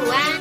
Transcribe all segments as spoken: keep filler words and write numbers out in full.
午安。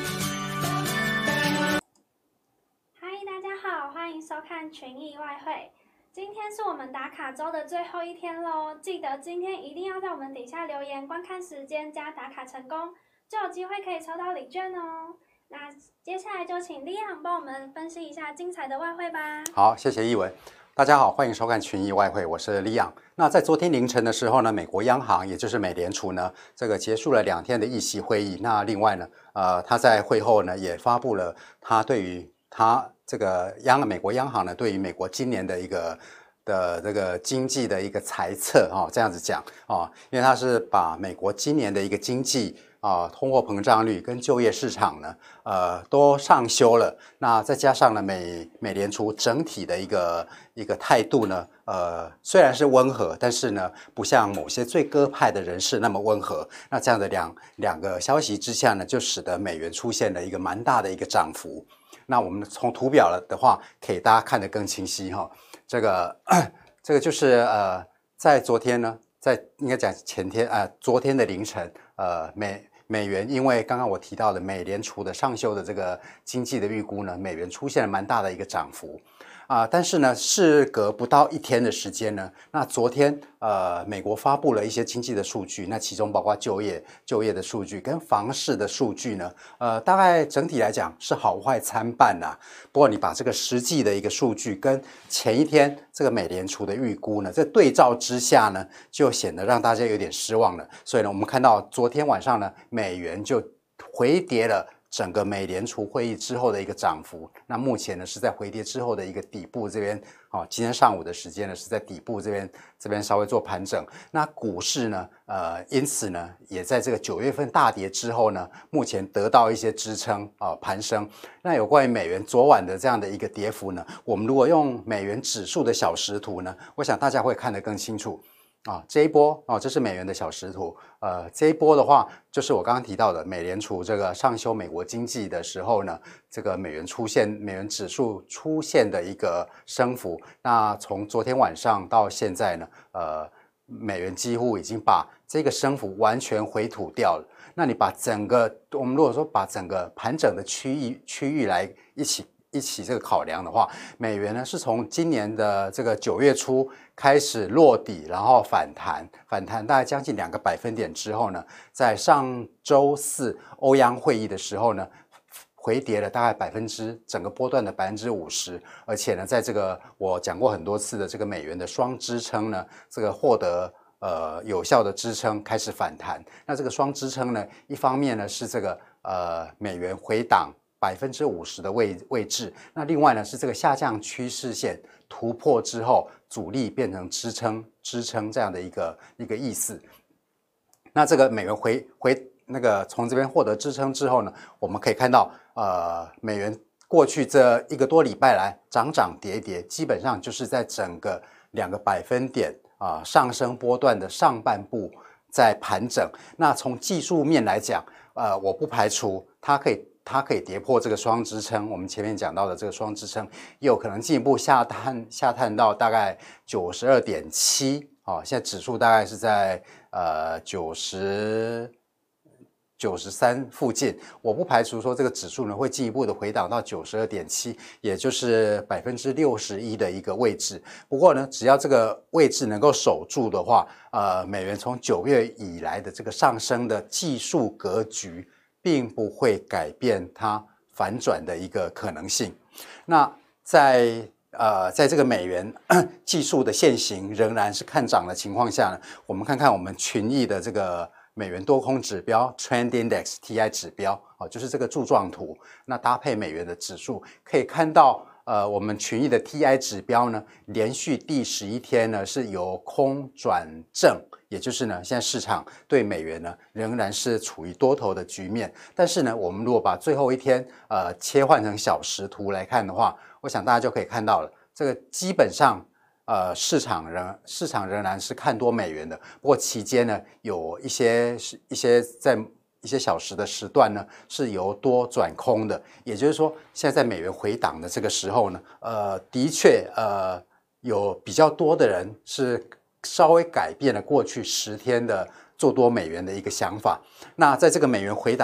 嗨，大家好，欢迎收看群益外汇。今天是我们打卡周的最后一天喽，记得今天一定要在我们底下留言观看时间加打卡成功，就有机会可以抽到礼券哦。那接下来就请立昂帮我们分析一下精彩的外汇吧。 好，谢谢一文。大家好，欢迎收看群益外汇，我是立昂。那在昨天凌晨的时候呢，美国央行也就是美联储呢，这个结束了两天的议息会议。那另外呢，呃，他在会后呢也发布了他对于他这个央美国央行呢对于美国今年的一个的这个经济的一个财测啊、哦，这样子讲啊、哦，因为他是把美国今年的一个经济啊，通货膨胀率跟就业市场呢，呃，都上修了。那再加上呢，美美联储整体的一个一个态度呢，呃，虽然是温和，但是呢，不像某些最鸽派的人士那么温和。那这样的两两个消息之下呢，就使得美元出现了一个蛮大的一个涨幅。那我们从图表了的话，可以大家看得更清晰哈。这个这个就是呃，在昨天呢，在应该讲前天啊、呃，昨天的凌晨，呃，美。美元因为刚刚我提到的美联储的上修的这个经济的预估呢，美元出现了蛮大的一个涨幅啊、呃，但是呢，事隔不到一天的时间呢，那昨天呃，美国发布了一些经济的数据，那其中包括就业、就业的数据跟房市的数据呢，呃，大概整体来讲是好坏参半呐、啊。不过你把这个实际的一个数据跟前一天这个美联储的预估呢，这对照之下呢，就显得让大家有点失望了。所以呢，我们看到昨天晚上呢，美元就回跌了整个美联储会议之后的一个涨幅。那目前呢是在回跌之后的一个底部这边，哦，今天上午的时间呢是在底部这边这边稍微做盘整。那股市呢，呃，因此呢也在这个九月份大跌之后呢，目前得到一些支撑啊、呃，盘升。那有关于美元昨晚的这样的一个跌幅呢，我们如果用美元指数的小时图呢，我想大家会看得更清楚。啊，这一波哦，这是美元的小时图。呃，这一波的话，就是我刚刚提到的，美联储这个上修美国经济的时候呢，这个美元出现美元指数出现的一个升幅。那从昨天晚上到现在呢，呃，美元几乎已经把这个升幅完全回吐掉了。那你把整个，我们如果说把整个盘整的区域区域来一起。一起这个考量的话，美元呢是从今年的这个九月初开始落底，然后反弹，反弹大概将近两个百分点之后呢，在上周四欧央会议的时候呢，回跌了大概百分之整个波段的百分之五十，而且呢，在这个我讲过很多次的这个美元的双支撑呢，这个获得呃有效的支撑开始反弹。那这个双支撑呢，一方面呢是这个呃美元回档百分之五十的位位置，那另外呢是这个下降趋势线突破之后，阻力变成支撑，支撑这样的一个一个意思。那这个美元回回那个从这边获得支撑之后呢，我们可以看到，呃，美元过去这一个多礼拜来涨涨跌跌，基本上就是在整个两个百分点啊、呃、上升波段的上半部在盘整。那从技术面来讲，呃，我不排除它可以。它可以跌破这个双支撑，我们前面讲到的这个双支撑，也有可能进一步下探下探到大概九十二点七，哦，现在指数大概是在呃九十九十三附近，我不排除说这个指数呢会进一步的回档到九十二点七，也就是百分之六十一的一个位置。不过呢，只要这个位置能够守住的话，呃，美元从九月以来的这个上升的技术格局，并不会改变它反转的一个可能性。那在呃，在这个美元技术的现行仍然是看涨的情况下呢，我们看看我们群益的这个美元多空指标 Trend Index T I 指标，哦，就是这个柱状图。那搭配美元的指数，可以看到，呃，我们群益的 T I 指标呢，连续第十一天呢是由空转正。也就是呢，现在市场对美元呢仍然是处于多头的局面，但是呢，我们如果把最后一天呃切换成小时图来看的话，我想大家就可以看到了，这个基本上呃市场仍市场仍然是看多美元的，不过期间呢有一些一些在一些小时的时段呢是由多转空的，也就是说，现在在美元回档的这个时候呢，呃，的确呃有比较多的人是。稍微改变了过去十天的做多美元的一个想法。那在这个美元回档的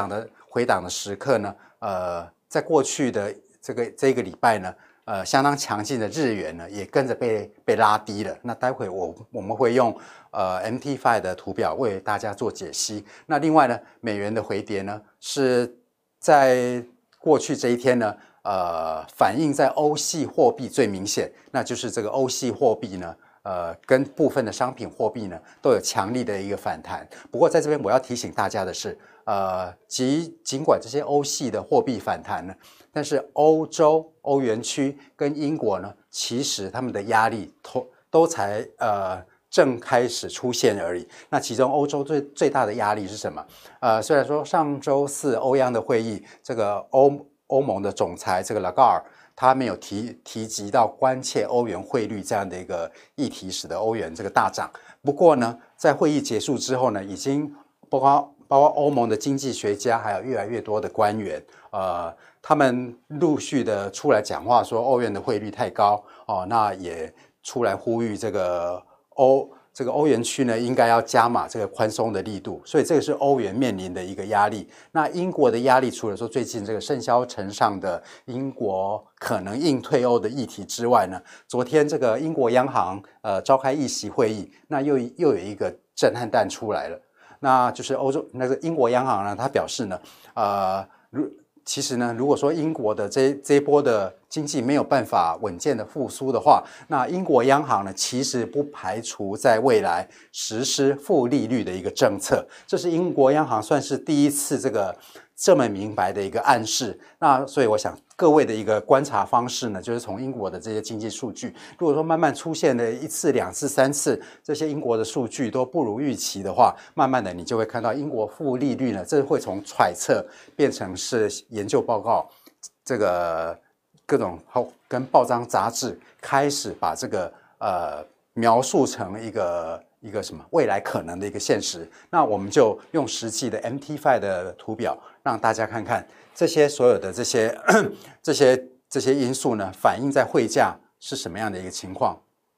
回档的时刻呢，呃，在过去的这个这个礼拜呢，呃，相当强劲的日元呢，也跟着被被拉低了。那待会我我们会用呃 M T 五 的图表为大家做解析。那另外呢，美元的回跌呢，是在过去这一天呢，呃，反映在欧系货币最明显，那就是这个欧系货币呢。呃，跟部分的商品货币呢都有强力的一个反弹。不过在这边我要提醒大家的是，呃，即尽管这些欧系的货币反弹呢，但是欧洲、欧元区跟英国呢，其实他们的压力都都才呃正开始出现而已。那其中欧洲最最大的压力是什么？呃，虽然说上周四欧央的会议，这个欧欧盟的总裁这个拉加尔。他没有提提及到关切欧元汇率这样的一个议题，使得欧元这个大涨。不过呢，在会议结束之后呢，已经包括包括欧盟的经济学家，还有越来越多的官员，呃，他们陆续的出来讲话，说欧元的汇率太高哦，那也出来呼吁这个欧。这个欧元区呢，应该要加码这个宽松的力度，所以这个是欧元面临的一个压力。那英国的压力，除了说最近这个盛嚣尘上的英国可能硬退欧的议题之外呢，昨天这个英国央行呃召开议息会议，那又又有一个震撼弹出来了，那就是欧洲那个英国央行呢，他表示呢，呃，如其实呢，如果说英国的这这一波的经济没有办法稳健的复苏的话，那英国央行呢，其实不排除在未来实施负利率的一个政策。这是英国央行算是第一次这个这么明白的一个暗示。那所以我想各位的一个观察方式呢，就是从英国的这些经济数据，如果说慢慢出现了一次、两次、三次，这些英国的数据都不如预期的话，慢慢的你就会看到英国负利率呢，这会从揣测变成是研究报告，这个各种跟报章杂志开始把这个呃描述成一个一个什么未来可能的一个现实。那我们就用实际的 M T 五 的图表让大家看看这些所有的这些这些这些因素呢，反映在汇价是什么样的一个情况。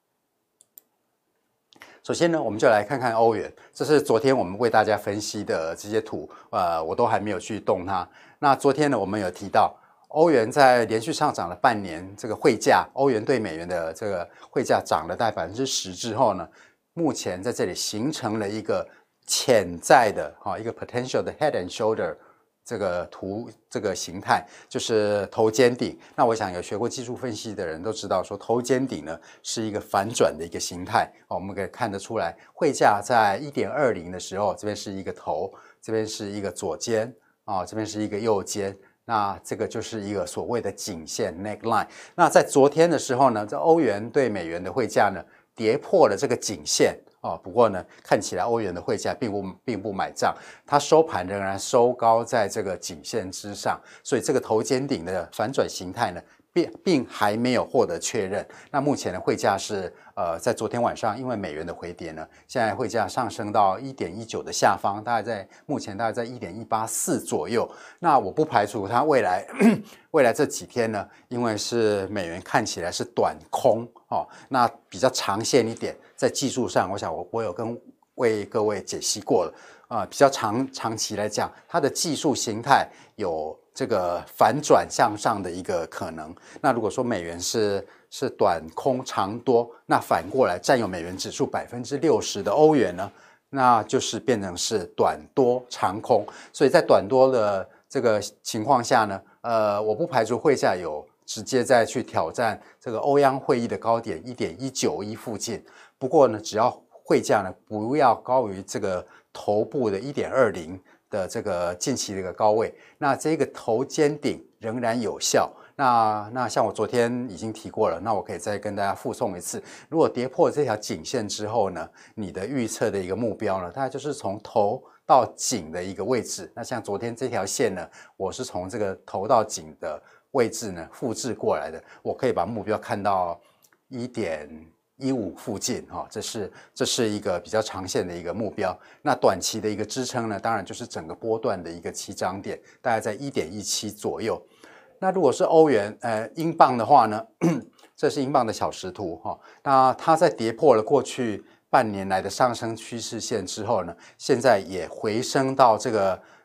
首先呢，我们就来看看欧元，这是昨天我们为大家分析的这些图，呃，我都还没有去动它。那昨天呢，我们有提到欧元在连续上涨了半年，这个汇价，欧元对美元的这个汇价涨了大概百分之十之后呢，目前在这里形成了一个潜在的哈一个 potential 的 head and shoulder 这个图这个形态，就是头肩顶。那我想有学过技术分析的人都知道，说头肩顶呢是一个反转的一个形态。我们可以看得出来，汇价在 一点二零 的时候，这边是一个头，这边是一个左肩啊，这边是一个右肩。那这个就是一个所谓的颈线 neckline。那在昨天的时候呢，这欧元对美元的汇价呢跌破了这个颈线哦。不过呢，看起来欧元的汇价并不并不买账，它收盘仍然收高在这个颈线之上，所以这个头肩顶的反转形态呢，并并还没有获得确认。那目前的汇价是呃，在昨天晚上，因为美元的回跌呢，现在汇价上升到 一点一九 的下方，大概在目前大概在 一点一八四 左右。那我不排除它未来未来这几天呢，因为是美元看起来是短空哦，那比较长线一点，在技术上，我想我我有跟为各位解析过了啊、呃，比较长长期来讲，它的技术形态有这个反转向上的一个可能。那如果说美元是是短空长多，那反过来占有美元指数百分之六十的欧元呢，那就是变成是短多长空。所以在短多的这个情况下呢，呃，我不排除汇价有直接再去挑战这个欧央会议的高点 一点一九一 附近。不过呢，只要汇价呢不要高于这个头部的 一点二零 的这个近期的一个高位，那这个头肩顶仍然有效。那那像我昨天已经提过了，那我可以再跟大家附送一次。如果跌破这条颈线之后呢，你的预测的一个目标呢，大概就是从头到颈的一个位置。那像昨天这条线呢，我是从这个头到颈的位置呢复制过来的，我可以把目标看到 一点一五 附近哈、哦，这是这是一个比较长线的一个目标。那短期的一个支撑呢，当然就是整个波段的一个起涨点，大概在 一点一七 左右。那如果是欧元呃英镑的话呢，这是英镑的小时图哈、哦，那它在跌破了过去半年来的上升趋势线之后呢，现在也回升到这个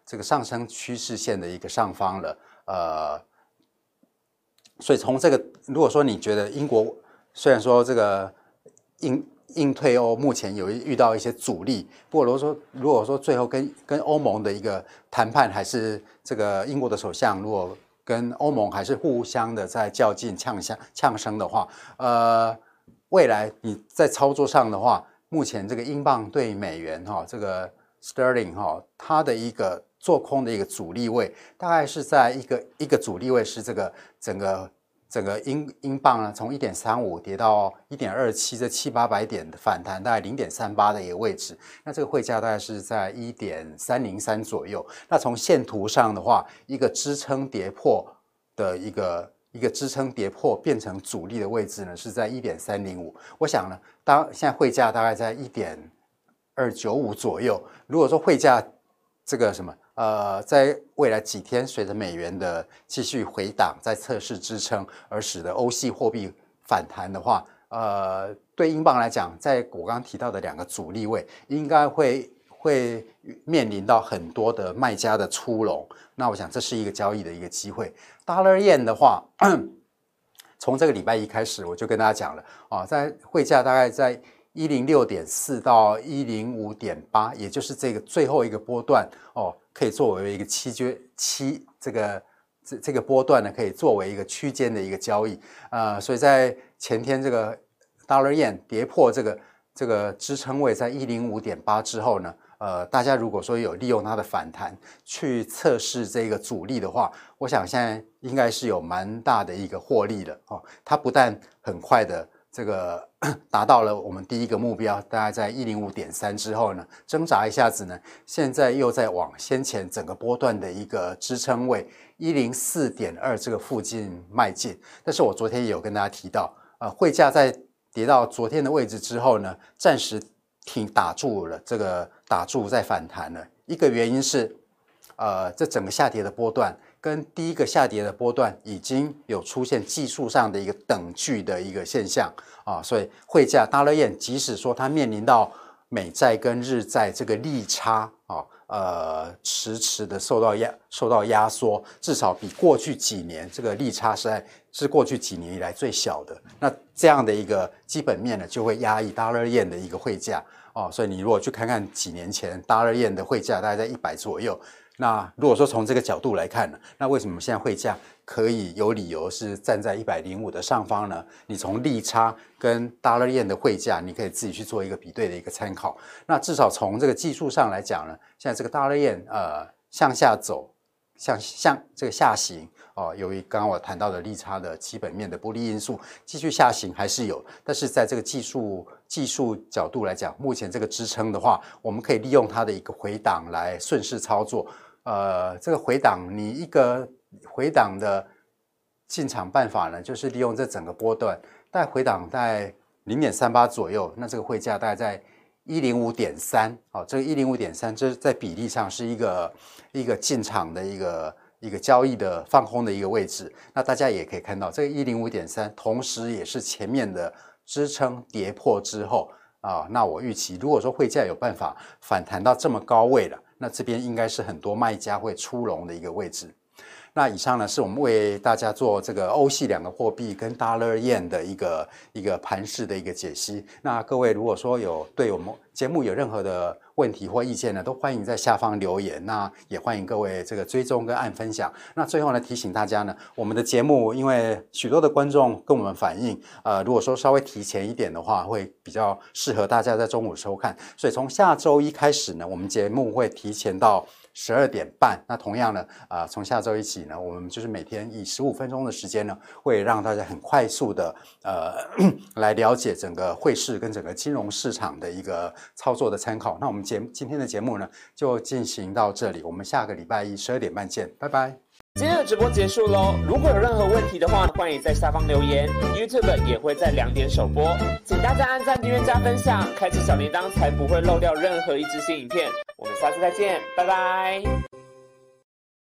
这个上升趋势线的一个上方了。呃，所以从这个，如果说你觉得英国虽然说这个硬硬退欧目前有遇到一些阻力，不过如果说如果说最后跟跟欧盟的一个谈判，还是这个英国的首相如果跟欧盟还是互相的在较劲呛相呛声的话，呃，未来你在操作上的话，目前这个英镑对美元哈、哦，这个 sterling 哈、哦，它的一个做空的一个阻力位，大概是在一个一个阻力位是这个整个整个英英镑呢，从 一点三五 跌到 一点二七， 这七八百点的反弹，大概 零点三八 的一个位置。那这个汇价大概是在 一点三零三 左右。那从线图上的话，一个支撑跌破的一个一个支撑跌破变成阻力的位置呢，是在 一点三零五。我想呢，当现在汇价大概在 一点二九五 左右。如果说汇价这个什么呃，在未来几天随着美元的继续回档，在测试支撑，而使得欧系货币反弹的话，呃，对英镑来讲，在我刚刚提到的两个阻力位，应该会会面临到很多的卖家的出笼。那我想这是一个交易的一个机会。Dollar Yen 的话，从这个礼拜一开始，我就跟大家讲了啊，在汇价大概在一零六点四到一零五点八，也就是这个最后一个波段哦，可以作为一个期间期这个这这个波段呢，可以作为一个区间的一个交易。呃，所以在前天这个 Dollar Yen 跌破这个这个支撑位在一零五点八之后呢，呃，大家如果说有利用它的反弹去测试这个阻力的话，我想现在应该是有蛮大的一个获利了哦。它不但很快的这个达到了我们第一个目标，大概在 一零五点三 之后呢，挣扎一下子呢，现在又在往先前整个波段的一个支撑位 一零四点二 这个附近迈进。但是我昨天也有跟大家提到，呃，汇价在跌到昨天的位置之后呢，暂时停打住了，这个打住再反弹了。一个原因是，呃，这整个下跌的波段跟第一个下跌的波段已经有出现技术上的一个等距的一个现象啊，所以汇价 Dollar Yen 即使说它面临到美债跟日债这个利差啊，呃，迟迟的受到压受到压缩，至少比过去几年这个利差是在是过去几年以来最小的。那这样的一个基本面呢，就会压抑 Dollar Yen 的一个汇价哦。所以你如果去看看几年前 Dollar Yen 的汇价大概在一百左右。那如果说从这个角度来看呢，那为什么现在汇价可以有理由是站在一百零五的上方呢？你从利差跟 Dollar Yen 的汇价，你可以自己去做一个比对的一个参考。那至少从这个技术上来讲呢，现在这个 Dollar Yen 呃向下走，向向这个下行哦，由于刚刚我谈到的利差的基本面的不利因素，继续下行还是有，但是在这个技术技术角度来讲，目前这个支撑的话，我们可以利用它的一个回档来顺势操作。呃，这个回档，你一个回档的进场办法呢，就是利用这整个波段，大概回档在 零点三八 左右，那这个汇价大概在 一零五点三， 哦，这个 一零五点三 这在比例上是一个一个进场的一个一个交易的放空的一个位置。那大家也可以看到，这个 一零五点三 同时也是前面的支撑跌破之后啊，那我预期如果说汇价有办法反弹到这么高位了，那这边应该是很多卖家会出笼的一个位置。那以上呢是我们为大家做这个欧系两个货币跟 Dollar Yen 的一个一个盘势的一个解析。那各位如果说有对我们节目有任何的问题或意见呢，都欢迎在下方留言。那也欢迎各位这个追踪跟按分享。那最后呢提醒大家呢，我们的节目因为许多的观众跟我们反映，呃，如果说稍微提前一点的话，会比较适合大家在中午收看。所以从下周一开始呢，我们节目会提前到十二点半，那同样呢，啊、呃，从下周一起呢，我们就是每天以十五分钟的时间呢，会让大家很快速的呃来了解整个汇市跟整个金融市场的一个操作的参考。那我们节今天的节目呢，就进行到这里，我们下个礼拜一十二点半见，拜拜。 今天的直播结束喽，如果有任何问题的话，欢迎在下方留言 ，YouTube 也会在两点首播，请大家按赞、订阅、加分享，开启小铃铛，才不会漏掉任何一支新影片。我们下次再见，拜拜。